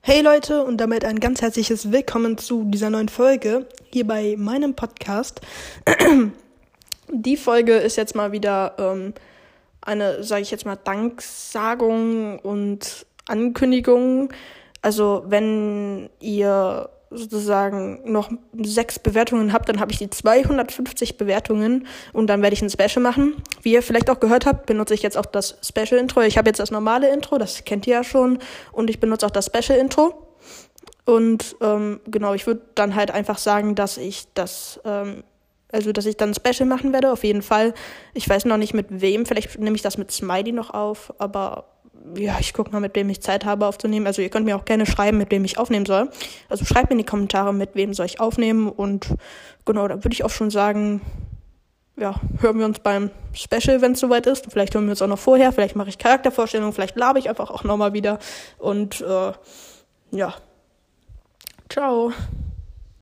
Hey Leute und damit ein ganz herzliches Willkommen zu dieser neuen Folge hier bei meinem Podcast. Die Folge ist jetzt mal wieder eine, sage ich jetzt mal, Danksagung und Ankündigung. Also wenn ihr sozusagen noch 6 Bewertungen habt, dann habe ich die 250 Bewertungen und dann werde ich ein Special machen. Wie ihr vielleicht auch gehört habt, benutze ich jetzt auch das Special-Intro. Ich habe jetzt das normale Intro, das kennt ihr ja schon, und ich benutze auch das Special-Intro. Und genau, ich würde dann halt einfach sagen, dass ich dass ich dann ein Special machen werde, auf jeden Fall. Ich weiß noch nicht mit wem, vielleicht nehme ich das mit Smiley noch auf, aber ja, ich gucke mal, mit wem ich Zeit habe aufzunehmen. Also ihr könnt mir auch gerne schreiben, mit wem ich aufnehmen soll. Also schreibt mir in die Kommentare, mit wem soll ich aufnehmen. Und genau, da würde ich auch schon sagen, ja, hören wir uns beim Special, wenn es soweit ist. Vielleicht hören wir uns auch noch vorher, vielleicht mache ich Charaktervorstellungen, vielleicht labe ich einfach auch nochmal wieder. Und ja, ciao.